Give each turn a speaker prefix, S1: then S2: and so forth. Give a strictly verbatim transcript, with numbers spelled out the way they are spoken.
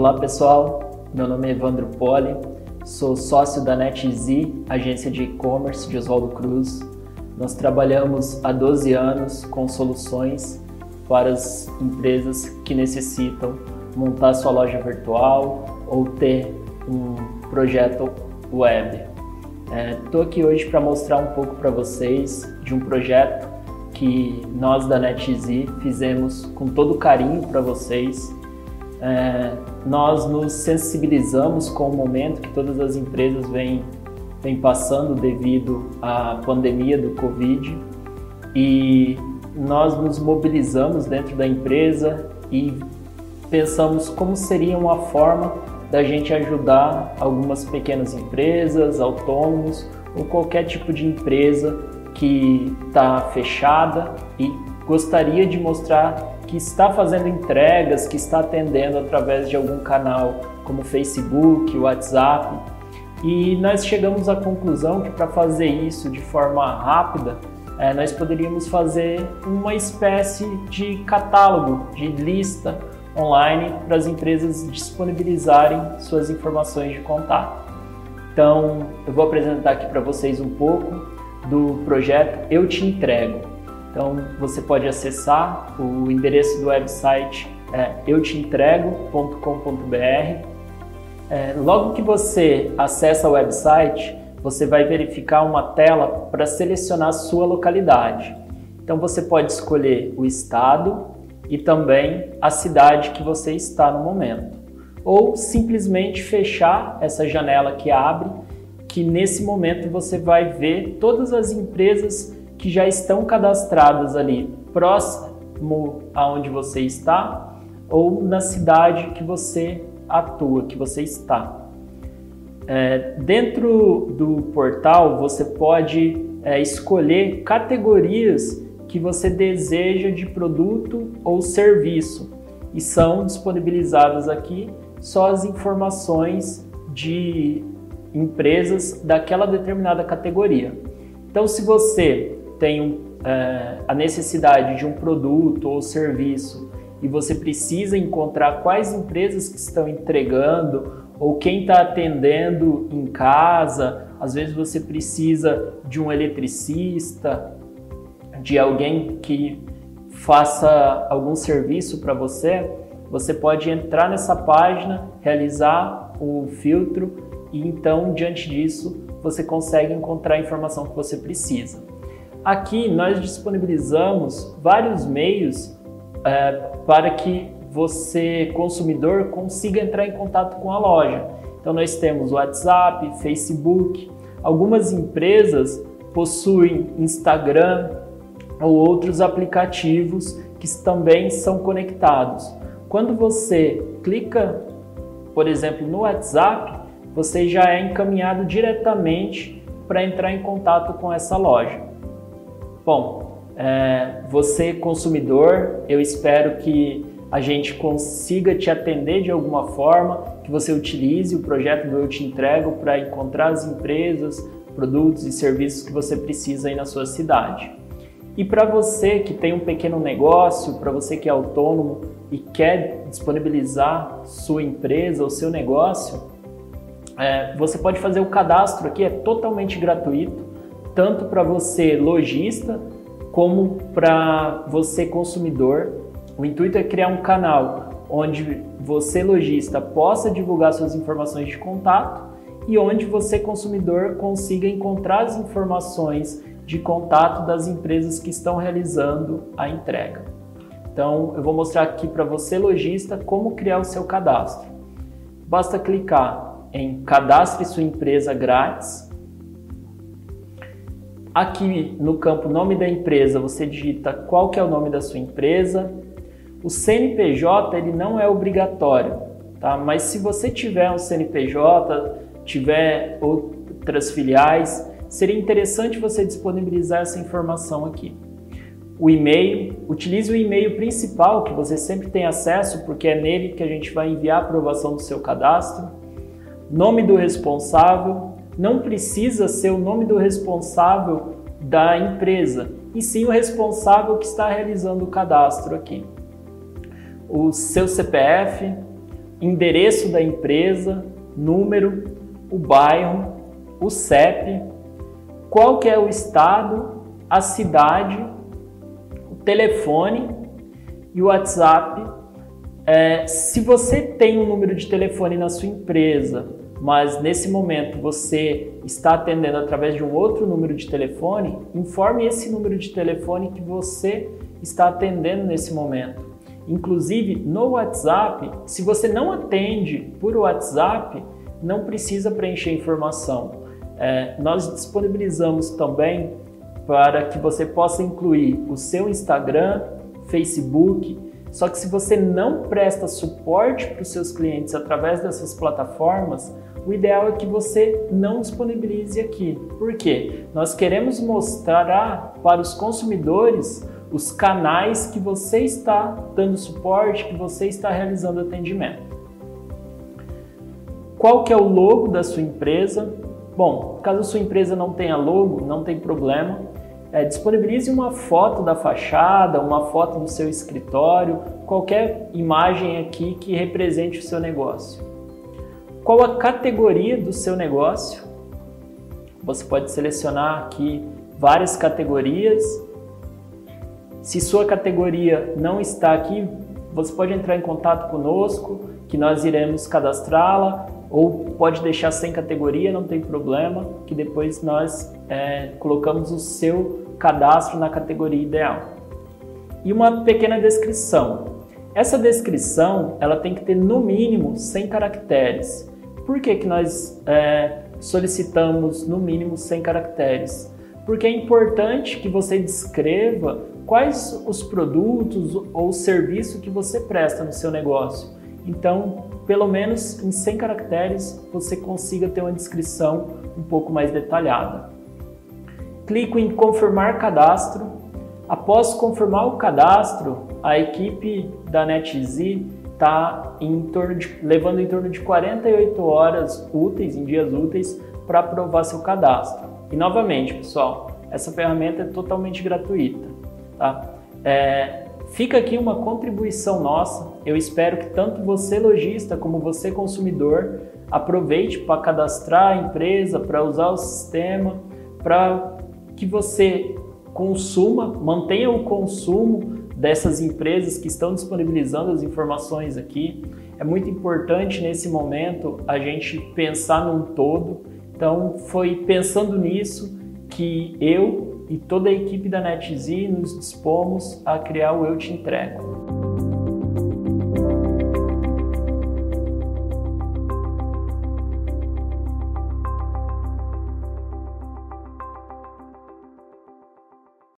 S1: Olá pessoal, meu nome é Evandro Poli, sou sócio da NetZ, agência de e-commerce de Oswaldo Cruz. Nós trabalhamos há doze anos com soluções para as empresas que necessitam montar sua loja virtual ou ter um projeto web. Estou é, aqui hoje para mostrar um pouco para vocês de um projeto que nós da NetZ fizemos com todo carinho para vocês. É, nós nos sensibilizamos com o momento que todas as empresas vêm, vêm passando devido à pandemia do Covid e nós nos mobilizamos dentro da empresa e pensamos como seria uma forma da gente ajudar algumas pequenas empresas, autônomos ou qualquer tipo de empresa que está fechada e gostaria de mostrar que está fazendo entregas, que está atendendo através de algum canal como Facebook, WhatsApp. E nós chegamos à conclusão que para fazer isso de forma rápida, é, nós poderíamos fazer uma espécie de catálogo, de lista online para as empresas disponibilizarem suas informações de contato. Então, eu vou apresentar aqui para vocês um pouco do projeto Eu Te Entrego. Então, você pode acessar, o endereço do website é eu te entrego ponto com ponto b r. É, logo que você acessa o website, você vai verificar uma tela para selecionar a sua localidade. Então, você pode escolher o estado e também a cidade que você está no momento. Ou simplesmente fechar essa janela que abre, que nesse momento você vai ver todas as empresas que já estão cadastradas ali próximo aonde você está ou na cidade que você atua, que você está. É, dentro do portal você pode é, escolher categorias que você deseja de produto ou serviço e são disponibilizadas aqui só as informações de empresas daquela determinada categoria. Então, se você tem um, é, a necessidade de um produto ou serviço e você precisa encontrar quais empresas que estão entregando ou quem está atendendo em casa, às vezes você precisa de um eletricista, de alguém que faça algum serviço para você, você pode entrar nessa página, realizar o filtro e então, diante disso, você consegue encontrar a informação que você precisa. Aqui nós disponibilizamos vários meios é, para que você, consumidor, consiga entrar em contato com a loja. Então nós temos WhatsApp, Facebook, algumas empresas possuem Instagram ou outros aplicativos que também são conectados. Quando você clica, por exemplo, no WhatsApp, você já é encaminhado diretamente para entrar em contato com essa loja. Bom, é, você consumidor, eu espero que a gente consiga te atender de alguma forma, que você utilize o projeto do Eu Te Entrego para encontrar as empresas, produtos e serviços que você precisa aí na sua cidade. E para você que tem um pequeno negócio, para você que é autônomo e quer disponibilizar sua empresa ou seu negócio, é, você pode fazer o cadastro aqui, é totalmente gratuito, tanto para você lojista como para você consumidor. O intuito é criar um canal onde você lojista possa divulgar suas informações de contato e onde você consumidor consiga encontrar as informações de contato das empresas que estão realizando a entrega. Então eu vou mostrar aqui para você lojista como criar o seu cadastro. Basta clicar em Cadastre sua empresa grátis. Aqui no campo nome da empresa, você digita qual que é o nome da sua empresa. O C N P J ele não é obrigatório, tá? Mas se você tiver um C N P J, tiver outras filiais, seria interessante você disponibilizar essa informação aqui. O e-mail, utilize o e-mail principal que você sempre tem acesso, porque é nele que a gente vai enviar a aprovação do seu cadastro. Nome do responsável. Não precisa ser o nome do responsável da empresa, e sim o responsável que está realizando o cadastro aqui. O seu C P F, endereço da empresa, número, o bairro, o C E P, qual que é o estado, a cidade, o telefone e o WhatsApp. É, se você tem um número de telefone na sua empresa, mas nesse momento você está atendendo através de um outro número de telefone, informe esse número de telefone que você está atendendo nesse momento. Inclusive, no WhatsApp, se você não atende por WhatsApp, não precisa preencher informação. É, nós disponibilizamos também para que você possa incluir o seu Instagram, Facebook. Só que se você não presta suporte para os seus clientes através dessas plataformas, o ideal é que você não disponibilize aqui. Por quê? Nós queremos mostrar para os consumidores os canais que você está dando suporte, que você está realizando atendimento. Qual que é o logo da sua empresa? Bom, caso a sua empresa não tenha logo, não tem problema. É, disponibilize uma foto da fachada, uma foto do seu escritório, qualquer imagem aqui que represente o seu negócio. Qual a categoria do seu negócio? Você pode selecionar aqui várias categorias. Se sua categoria não está aqui, você pode entrar em contato conosco, que nós iremos cadastrá-la, ou pode deixar sem categoria, não tem problema, que depois nós é, colocamos o seu cadastro na categoria ideal. E uma pequena descrição. Essa descrição ela tem que ter no mínimo cem caracteres. Por que que nós é, solicitamos no mínimo cem caracteres? Porque é importante que você descreva quais os produtos ou serviço que você presta no seu negócio. Então, pelo menos em cem caracteres, você consiga ter uma descrição um pouco mais detalhada. Clico em confirmar cadastro. Após confirmar o cadastro, a equipe da NetEasy está em torno de, levando em torno de quarenta e oito horas úteis, em dias úteis, para aprovar seu cadastro. E novamente, pessoal, essa ferramenta é totalmente gratuita. Tá? É, fica aqui uma contribuição nossa. Eu espero que tanto você, lojista, como você, consumidor, aproveite para cadastrar a empresa, para usar o sistema, para que você consuma, mantenha o consumo dessas empresas que estão disponibilizando as informações aqui. É muito importante nesse momento a gente pensar num todo. Então foi pensando nisso que eu e toda a equipe da NetEasy nos dispomos a criar o Eu Te Entrego.